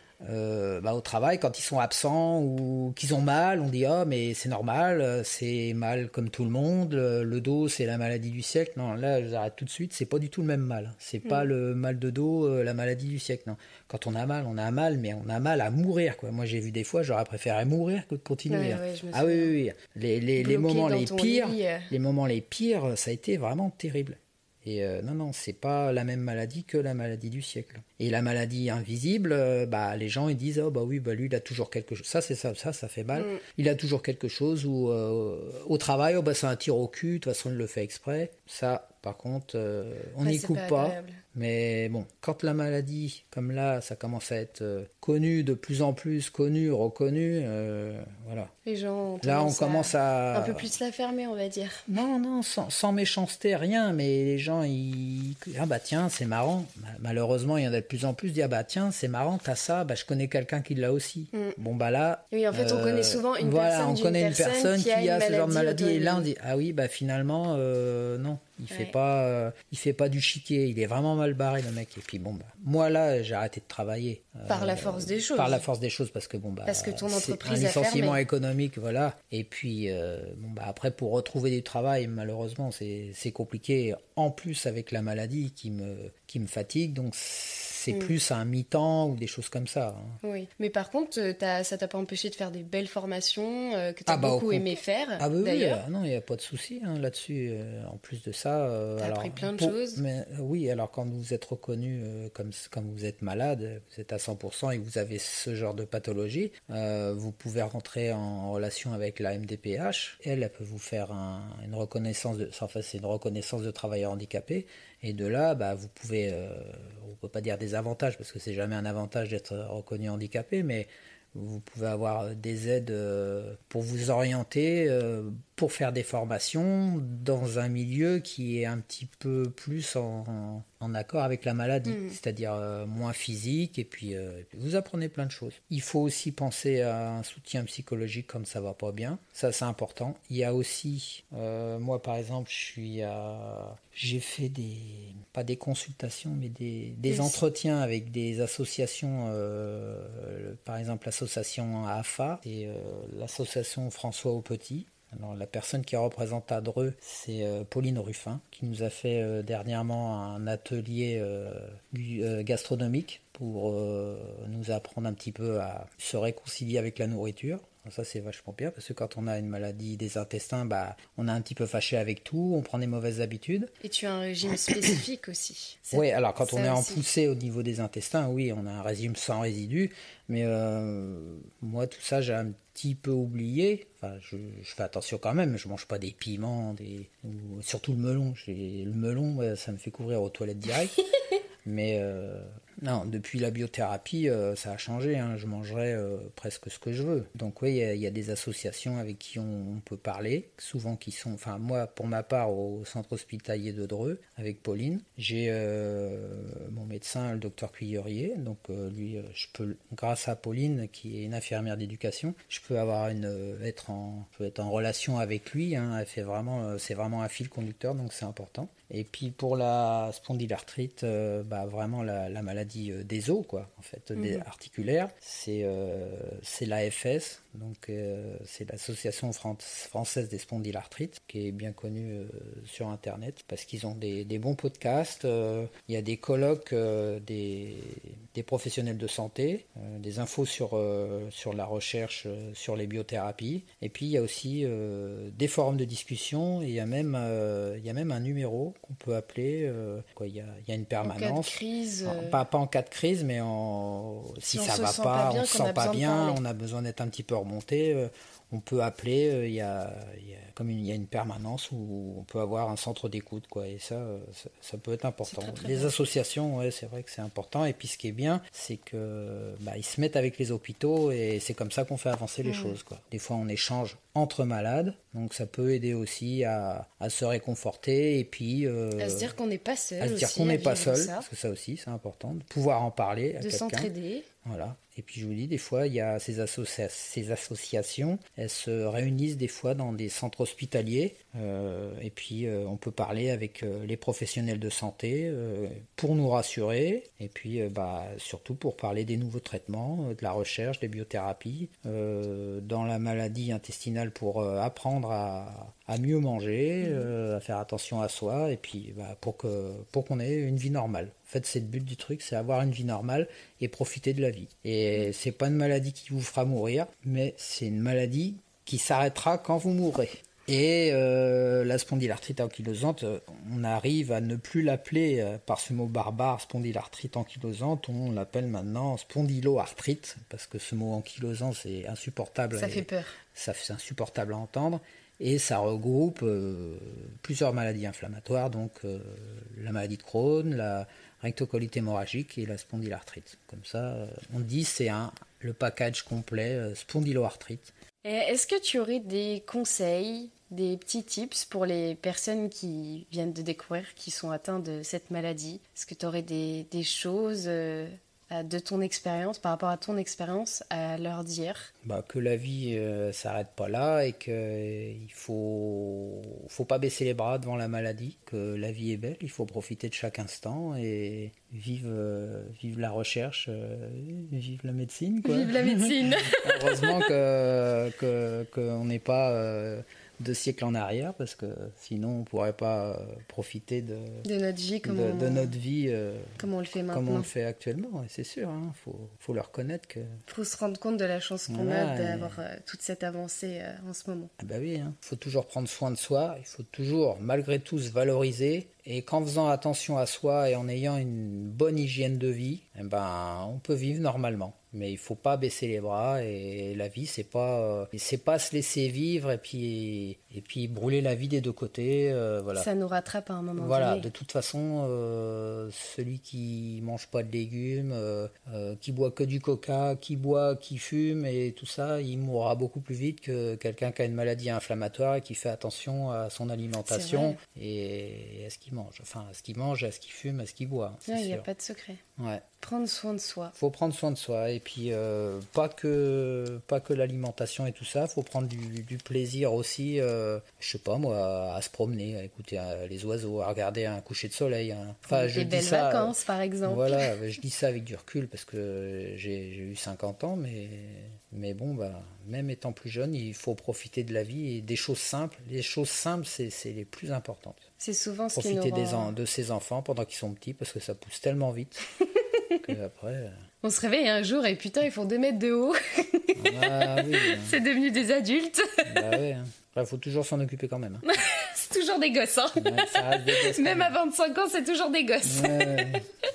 euh, bah, au travail, quand ils sont absents ou qu'ils ont mal, on dit ah mais c'est normal, euh, c'est mal comme tout le monde, le, le dos c'est la maladie du siècle. Non, là je vous arrête tout de suite, c'est pas du tout le même mal. C'est pas Mm. le mal de dos, euh, la maladie du siècle. Non, quand on a mal, on a mal, mais on a mal à mourir quoi. Moi j'ai vu des fois, j'aurais préféré mourir que de continuer. Ouais, hein. ouais, je me Ah oui, souviens. oui, oui. Les, les, les Bloqué moments dans les ton pires, lit, euh. les moments les pires, ça a été vraiment terrible. Et euh, non, non, c'est pas la même maladie que la maladie du siècle. Et la maladie invisible, euh, bah les gens ils disent oh bah oui bah lui il a toujours quelque chose. Ça c'est ça, ça ça fait mal. Mm. Il a toujours quelque chose ou euh, au travail oh bah c'est un tir au cul. De toute façon il le fait exprès. Ça par contre euh, on Ouais, n'y c'est coupe pas pas. agréable. Mais bon, quand la maladie, comme là, ça commence à être euh, connu, de plus en plus connu, reconnu, euh, voilà. Les gens ont Là, on tendance commence à... un peu plus la fermer, on va dire. Non, non, sans, sans méchanceté, rien, mais les gens, ils... Ah bah tiens, c'est marrant. Malheureusement, il y en a de plus en plus, qui disent, ah bah tiens, c'est marrant, t'as ça, bah je connais quelqu'un qui l'a aussi. Mm. Bon bah là... Oui, en fait, on euh, connaît souvent une voilà, personne on d'une connaît une personne qui a, une ce genre de maladie, et là on auto-immune. dit, ah oui, bah finalement, euh, non. Il fait Ouais. pas, euh, il fait pas du chiquet, il est vraiment mal barré le mec. Et puis bon, bah, moi là, j'ai arrêté de travailler. Par la Euh, force des choses. Par la force des choses, parce que bon bah, Parce que ton c'est entreprise un a fermé. licenciement économique, voilà. Et puis euh, bon bah après pour retrouver du travail, malheureusement, c'est c'est compliqué. En plus avec la maladie qui me qui me fatigue, donc c'est Mm. plus à un mi-temps ou des choses comme ça. hein. Oui, mais par contre, euh, t'as- ça t'a pas empêché de faire des belles formations euh, que t'as Ah bah, au beaucoup con- aimé faire, Ah oui, oui, d'ailleurs. euh, non, il n'y a pas de souci hein, là-dessus. euh, en plus de ça, euh, T'as alors, appris plein de pour- choses. Mais, euh, oui, alors quand vous êtes reconnu euh, comme quand vous êtes malade, vous êtes à cent pour cent et que vous avez ce genre de pathologie, euh, vous pouvez rentrer en relation avec la M D P H. Elle, elle peut vous faire un- une reconnaissance de, enfin c'est une reconnaissance de travailleur handicapé. Et de là, bah, vous pouvez, euh, on peut pas dire des avantages parce que c'est jamais un avantage d'être reconnu handicapé, mais vous pouvez avoir des aides euh, pour vous orienter, euh, pour faire des formations dans un milieu qui est un petit peu plus en, en- en accord avec la maladie, Mm. c'est-à-dire euh, moins physique, et puis, euh, et puis vous apprenez plein de choses. Il faut aussi penser à un soutien psychologique quand ça va pas bien, ça c'est important. Il y a aussi, euh, moi par exemple, je suis à... J'ai fait des, pas des consultations, mais des, des Des- entretiens avec des associations, euh, par exemple l'association A F A et euh, l'association François Aupetit. Alors, la personne qui représente à Dreux, c'est euh, Pauline Ruffin, qui nous a fait euh, dernièrement un atelier euh, gu- euh, gastronomique pour euh, nous apprendre un petit peu à se réconcilier avec la nourriture. Ça, c'est vachement bien, parce que quand on a une maladie des intestins, bah, on est un petit peu fâché avec tout, on prend des mauvaises habitudes. Et tu as un régime spécifique aussi. Ça- Oui, alors quand ça on est en aussi. poussée au niveau des intestins, oui, on a un régime sans résidus, mais euh, moi tout ça j'ai un petit peu oublié. Enfin, je, je fais attention quand même, je mange pas des piments, des, ou, surtout le melon. J'ai, le melon, ouais, ça me fait courir aux toilettes direct. Mais euh, non, depuis la biothérapie, euh, ça a changé. Hein. Je mangerai euh, presque ce que je veux. Donc oui, il y, a- il y a des associations avec qui on, on peut parler, souvent qui sont, enfin moi pour ma part au centre hospitalier de Dreux avec Pauline. J'ai euh, mon médecin, le docteur Cuillerier. Donc euh, lui, euh, je peux, grâce à Pauline qui est une infirmière d'éducation, je peux avoir une, euh, être en, je peux être en relation avec lui. Hein. Elle fait vraiment, euh, c'est vraiment un fil conducteur, donc c'est important. Et puis pour la spondylarthrite, euh, bah vraiment la, la maladie maladies euh, des os, quoi, en fait, mmh. des articulaires. C'est, euh, c'est l'A F S, donc euh, c'est l'Association Fran- française des spondylarthrites, qui est bien connue euh, sur Internet, parce qu'ils ont des, des bons podcasts. Euh, il y a des colloques euh, des, des professionnels de santé, euh, des infos sur, euh, sur la recherche euh, sur les biothérapies. Et puis, il y a aussi euh, des forums de discussion, et il y a même, euh, il y a même un numéro qu'on peut appeler. Euh, quoi, il y a, il y a une permanence. En cas de crise. Euh... Pas, pas en cas de crise, mais en, si, si ça ne va pas, pas bien, on ne se sent pas bien, on a besoin d'être un petit peu remonté. Euh, on peut appeler, il euh, y, a, y, a, comme une, y a une permanence où on peut avoir un centre d'écoute, quoi, et ça, ça, ça peut être important. Très, très les bien. associations, ouais, c'est vrai que c'est important, et puis ce qui est bien, c'est que bah, ils se mettent avec les hôpitaux, et c'est comme ça qu'on fait avancer les mmh. choses, quoi. Des fois, on échange entre malades, donc ça peut aider aussi à, à se réconforter, et puis euh, à se dire qu'on n'est pas seul, à se dire aussi, qu'on n'est pas seul, ça. parce que ça aussi, c'est important, de pouvoir en parler à de quelqu'un. s'entraider. Voilà. Et puis je vous dis, des fois, il y a ces, associa- ces associations, elles se réunissent des fois dans des centres hospitaliers, euh, et puis euh, on peut parler avec euh, les professionnels de santé euh, pour nous rassurer, et puis euh, bah, surtout pour parler des nouveaux traitements, euh, de la recherche, des biothérapies, euh, dans la maladie intestinale pour euh, apprendre à, à mieux manger, euh, à faire attention à soi, et puis bah, pour, que, pour qu'on ait une vie normale. En fait, c'est le but du truc, c'est avoir une vie normale et profiter de la vie. Et c'est pas une maladie qui vous fera mourir, mais c'est une maladie qui s'arrêtera quand vous mourrez. Et euh, la spondylarthrite ankylosante, on arrive à ne plus l'appeler euh, par ce mot barbare, spondylarthrite ankylosante, on l'appelle maintenant spondyloarthrite, parce que ce mot ankylosant, c'est insupportable. Ça fait peur. Ça, c'est insupportable à entendre. Et ça regroupe euh, plusieurs maladies inflammatoires, donc euh, la maladie de Crohn, la rectocolite hémorragique et la spondylarthrite. Comme ça, euh, on dit c'est un, le package complet euh, spondyloarthrite. Et est-ce que tu aurais des conseils, des petits tips pour les personnes qui viennent de découvrir, qui sont atteintes de cette maladie? Est-ce que tu aurais des, des choses euh, de ton expérience, par rapport à ton expérience, à leur dire? Bah, que la vie euh, s'arrête pas là et qu'il euh, faut, faut pas baisser les bras devant la maladie, que la vie est belle, il faut profiter de chaque instant et vivre, euh, vivre la recherche, euh, vivre la médecine, quoi. Vive la médecine. Heureusement que, que, qu'on n'est pas euh, deux siècles en arrière, parce que sinon on pourrait pas euh, profiter de, de notre vie comme, de, on, de notre vie, euh, comme on le fait maintenant. Comme on le fait actuellement, et c'est sûr, il hein, faut, faut le reconnaître que... Il faut se rendre compte de la chance qu'on voilà, a d'avoir et... euh, toute cette avancée euh, en ce moment. Ah bah oui, il hein. faut toujours prendre soin de soi, il faut toujours malgré tout se valoriser, et qu'en faisant attention à soi et en ayant une bonne hygiène de vie, eh ben, on peut vivre normalement. Mais il faut pas baisser les bras, et la vie c'est pas euh, c'est pas se laisser vivre et puis et puis brûler la vie des deux côtés, euh, voilà. Ça nous rattrape à un moment voilà, donné. De toute façon, euh, celui qui mange pas de légumes, euh, euh, qui boit que du coca, qui boit, qui fume et tout ça, il mourra beaucoup plus vite que quelqu'un qui a une maladie inflammatoire et qui fait attention à son alimentation et à ce qu'il mange, enfin à ce qu'il mange, à ce qu'il fume, à ce qu'il boit. Il n'y a pas de secret. Ouais. Prendre soin de soi. Faut prendre soin de soi, et puis euh, pas que pas que l'alimentation et tout ça. Faut prendre du, du plaisir aussi. Euh, je sais pas moi, à se promener, à écouter euh, les oiseaux, à regarder un coucher de soleil. Hein. Enfin, je des belles dis ça, vacances, euh, par exemple. Voilà, je dis ça avec du recul parce que j'ai, j'ai eu cinquante ans, mais mais bon bah même étant plus jeune, il faut profiter de la vie et des choses simples. Les choses simples, c'est c'est les plus importantes. C'est souvent ce profiter qui nous rend... des de ses enfants pendant qu'ils sont petits parce que ça pousse tellement vite. Après, euh... on se réveille un jour et putain, ils font deux mètres de haut. Ah, oui, hein. C'est devenu des adultes. Bah ouais, hein. Il faut toujours s'en occuper quand même. Hein. C'est toujours des gosses. Hein. Ouais, ça reste des gosses même, même à vingt-cinq ans, c'est toujours des gosses. Ouais, ouais.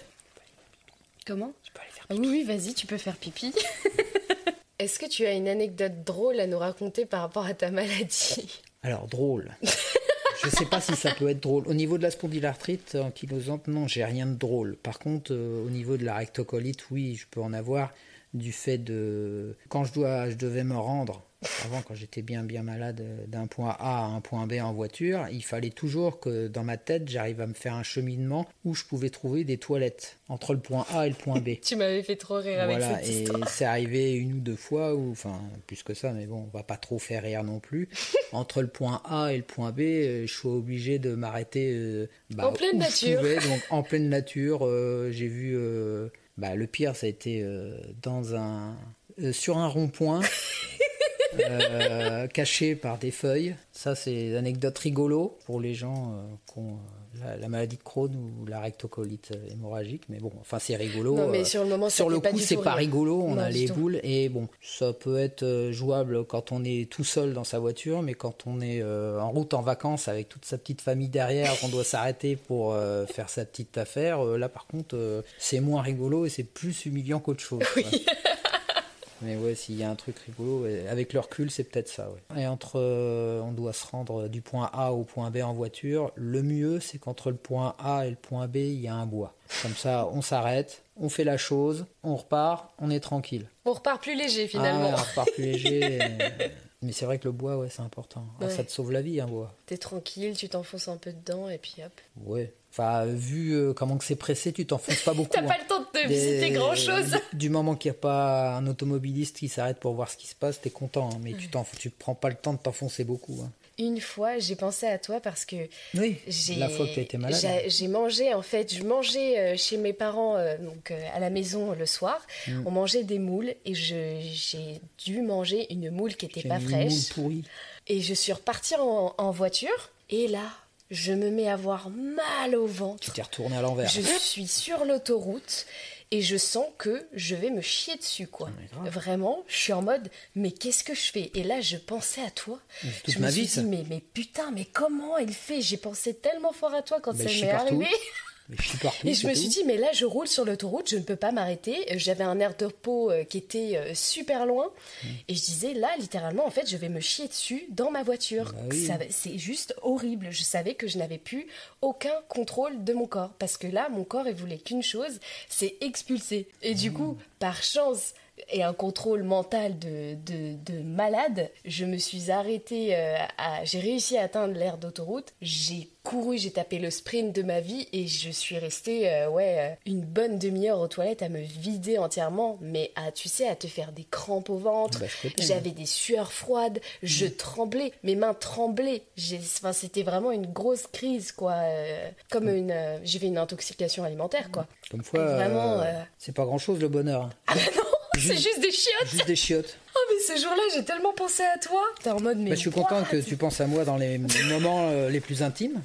Comment? Je peux aller faire pipi. Ah oui, oui, vas-y, tu peux faire pipi. Est-ce que tu as une anecdote drôle à nous raconter par rapport à ta maladie? Alors, drôle. Je ne sais pas si ça peut être drôle. Au niveau de la spondylarthrite ankylosante, non, j'ai rien de drôle. Par contre, euh, au niveau de la rectocolite, oui, je peux en avoir du fait de... Quand je, dois, je devais me rendre, avant quand j'étais bien bien malade, d'un point A à un point B en voiture, il fallait toujours que dans ma tête, j'arrive à me faire un cheminement où je pouvais trouver des toilettes entre le point A et le point B. Tu m'avais fait trop rire avec voilà, cette et histoire. C'est arrivé une ou deux fois, ou enfin plus que ça, mais bon, on va pas trop faire rire non plus. Entre le point A et le point B, je suis obligé de m'arrêter euh, bah, en pleine nature. Pouvais, donc en pleine nature, euh, j'ai vu... Euh, Bah, le pire, ça a été euh, dans un, euh, sur un rond-point, euh, caché par des feuilles. Ça, c'est l'anecdote rigolo pour les gens euh, qui ont euh, la, la maladie de Crohn ou la rectocolite hémorragique. Mais bon, enfin, c'est rigolo. Non, mais sur le moment, ça sur fait le pas coup, du c'est tout pas rire. rigolo. On Non, a du les tout. boules. Et bon, ça peut être euh, jouable quand on est tout seul dans sa voiture. Mais quand on est euh, en route en vacances avec toute sa petite famille derrière, qu'on doit s'arrêter pour euh, faire sa petite affaire, euh, là, par contre, euh, c'est moins rigolo et c'est plus humiliant qu'autre chose. Oui. Ouais. Mais ouais, s'il y a un truc rigolo, avec le recul, c'est peut-être ça. Ouais. Et entre, euh, on doit se rendre du point A au point B en voiture. Le mieux, c'est qu'entre le point A et le point B, il y a un bois. Comme ça, on s'arrête, on fait la chose, on repart, on est tranquille. On repart plus léger finalement. Ah, on repart plus léger. Et... Mais c'est vrai que le bois, ouais, c'est important. Ouais. Ah, ça te sauve la vie, un bois. T'es tranquille, tu t'enfonces un peu dedans et puis hop. Ouais. Enfin, vu euh, comment que c'est pressé, tu t'enfonces pas beaucoup. T'as hein. pas le temps de te visiter Des- grand chose. Du moment qu'il n'y a pas un automobiliste qui s'arrête pour voir ce qui se passe, t'es content. hein. Mais Ouais. tu t'en, tu prends pas le temps de t'enfoncer beaucoup. hein. Une fois, j'ai pensé à toi parce que Oui, j'ai la fois que tu as été malade. j'ai, j'ai mangé en fait, je mangeais euh, chez mes parents euh, donc euh, à la maison le soir. Mm. On mangeait des moules et je, j'ai dû manger une moule qui était J'ai pas mis une fraîche. moule pourrie. Et je suis repartie en, en voiture et là, je me mets à avoir mal au ventre. Tu t'es retourné à l'envers. Je suis sur l'autoroute et je sens que je vais me chier dessus, quoi. mais grave. Vraiment, je suis en mode, mais qu'est-ce que je fais? Et là, je pensais à toi. C'est toute je ma me suis vie, dit, ça. mais, mais putain, mais comment il fait? J'ai pensé tellement fort à toi quand Mais ça je suis m'est partout. arrivé. Mais je suis partout. Et je c'est me tout. suis dit, mais là, je roule sur l'autoroute, je ne peux pas m'arrêter. J'avais un aire de repos euh, qui était euh, super loin. Mmh. Et je disais, là, littéralement, en fait, je vais me chier dessus dans ma voiture. Bah oui. Ça- c'est juste horrible. Je savais que je n'avais plus aucun contrôle de mon corps. Parce que là, mon corps, il voulait qu'une chose, c'est expulser. Et du Mmh. coup, par chance et un contrôle mental de, de, de malade, je me suis arrêtée, euh, à, j'ai réussi à atteindre l'aire d'autoroute, j'ai couru, j'ai tapé le sprint de ma vie et je suis restée euh, ouais, euh, une bonne demi-heure aux toilettes à me vider entièrement, mais à, tu sais, à te faire des crampes au ventre, Bah, je connais, j'avais des sueurs froides, je tremblais, mes mains tremblaient, j'ai, enfin, c'était vraiment une grosse crise, quoi, euh, comme une, euh, j'ai fait une intoxication alimentaire, quoi. Comme quoi, Vraiment, euh, euh, c'est pas grand chose le bonheur. hein. Ah bah non, c'est Juste- juste des chiottes. Juste des chiottes. Oh mais ce jour-là, j'ai tellement pensé à toi. T'es en mode mais. Bah, je suis what? content que tu penses à moi dans les moments euh, les plus intimes.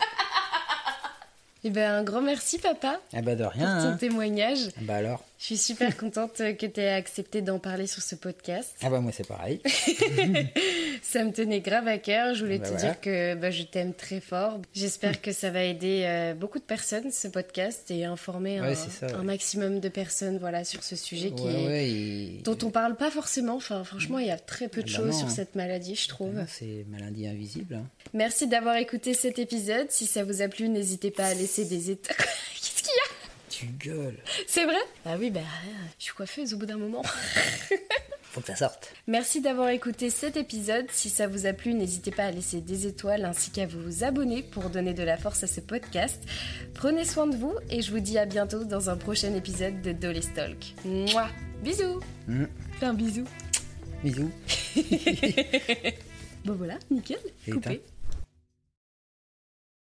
Eh ben un grand merci papa Ah bah de pour rien. ton hein. témoignage. Ah bah alors. Je suis super contente que tu aies accepté d'en parler sur ce podcast. Ah bah moi c'est pareil. Ça me tenait grave à cœur. Je voulais Bah te voilà. dire que bah, je t'aime très fort. J'espère que ça va aider euh, beaucoup de personnes ce podcast et informer Ouais, un, c'est ça, ouais. un maximum de personnes voilà sur ce sujet qui Ouais, est ouais, il- dont on parle pas forcément. Enfin franchement, il y a très peu de Bah choses non. sur cette maladie, je trouve. Ah, c'est maladie invisible. hein. Merci d'avoir écouté cet épisode. Si ça vous a plu, n'hésitez pas à laisser des étoiles. Qu'est-ce qu'il y a? Tu gueules. C'est vrai? Ah oui, bah, je suis coiffeuse au bout d'un moment. Faut que ça sorte. Merci d'avoir écouté cet épisode. Si ça vous a plu, n'hésitez pas à laisser des étoiles ainsi qu'à vous abonner pour donner de la force à ce podcast. Prenez soin de vous et je vous dis à bientôt dans un prochain épisode de Dolly Talk. Mouah. Bisous. Mm. Fais un bisou. Bisous. Bon voilà, nickel. Et Coupé. éteins.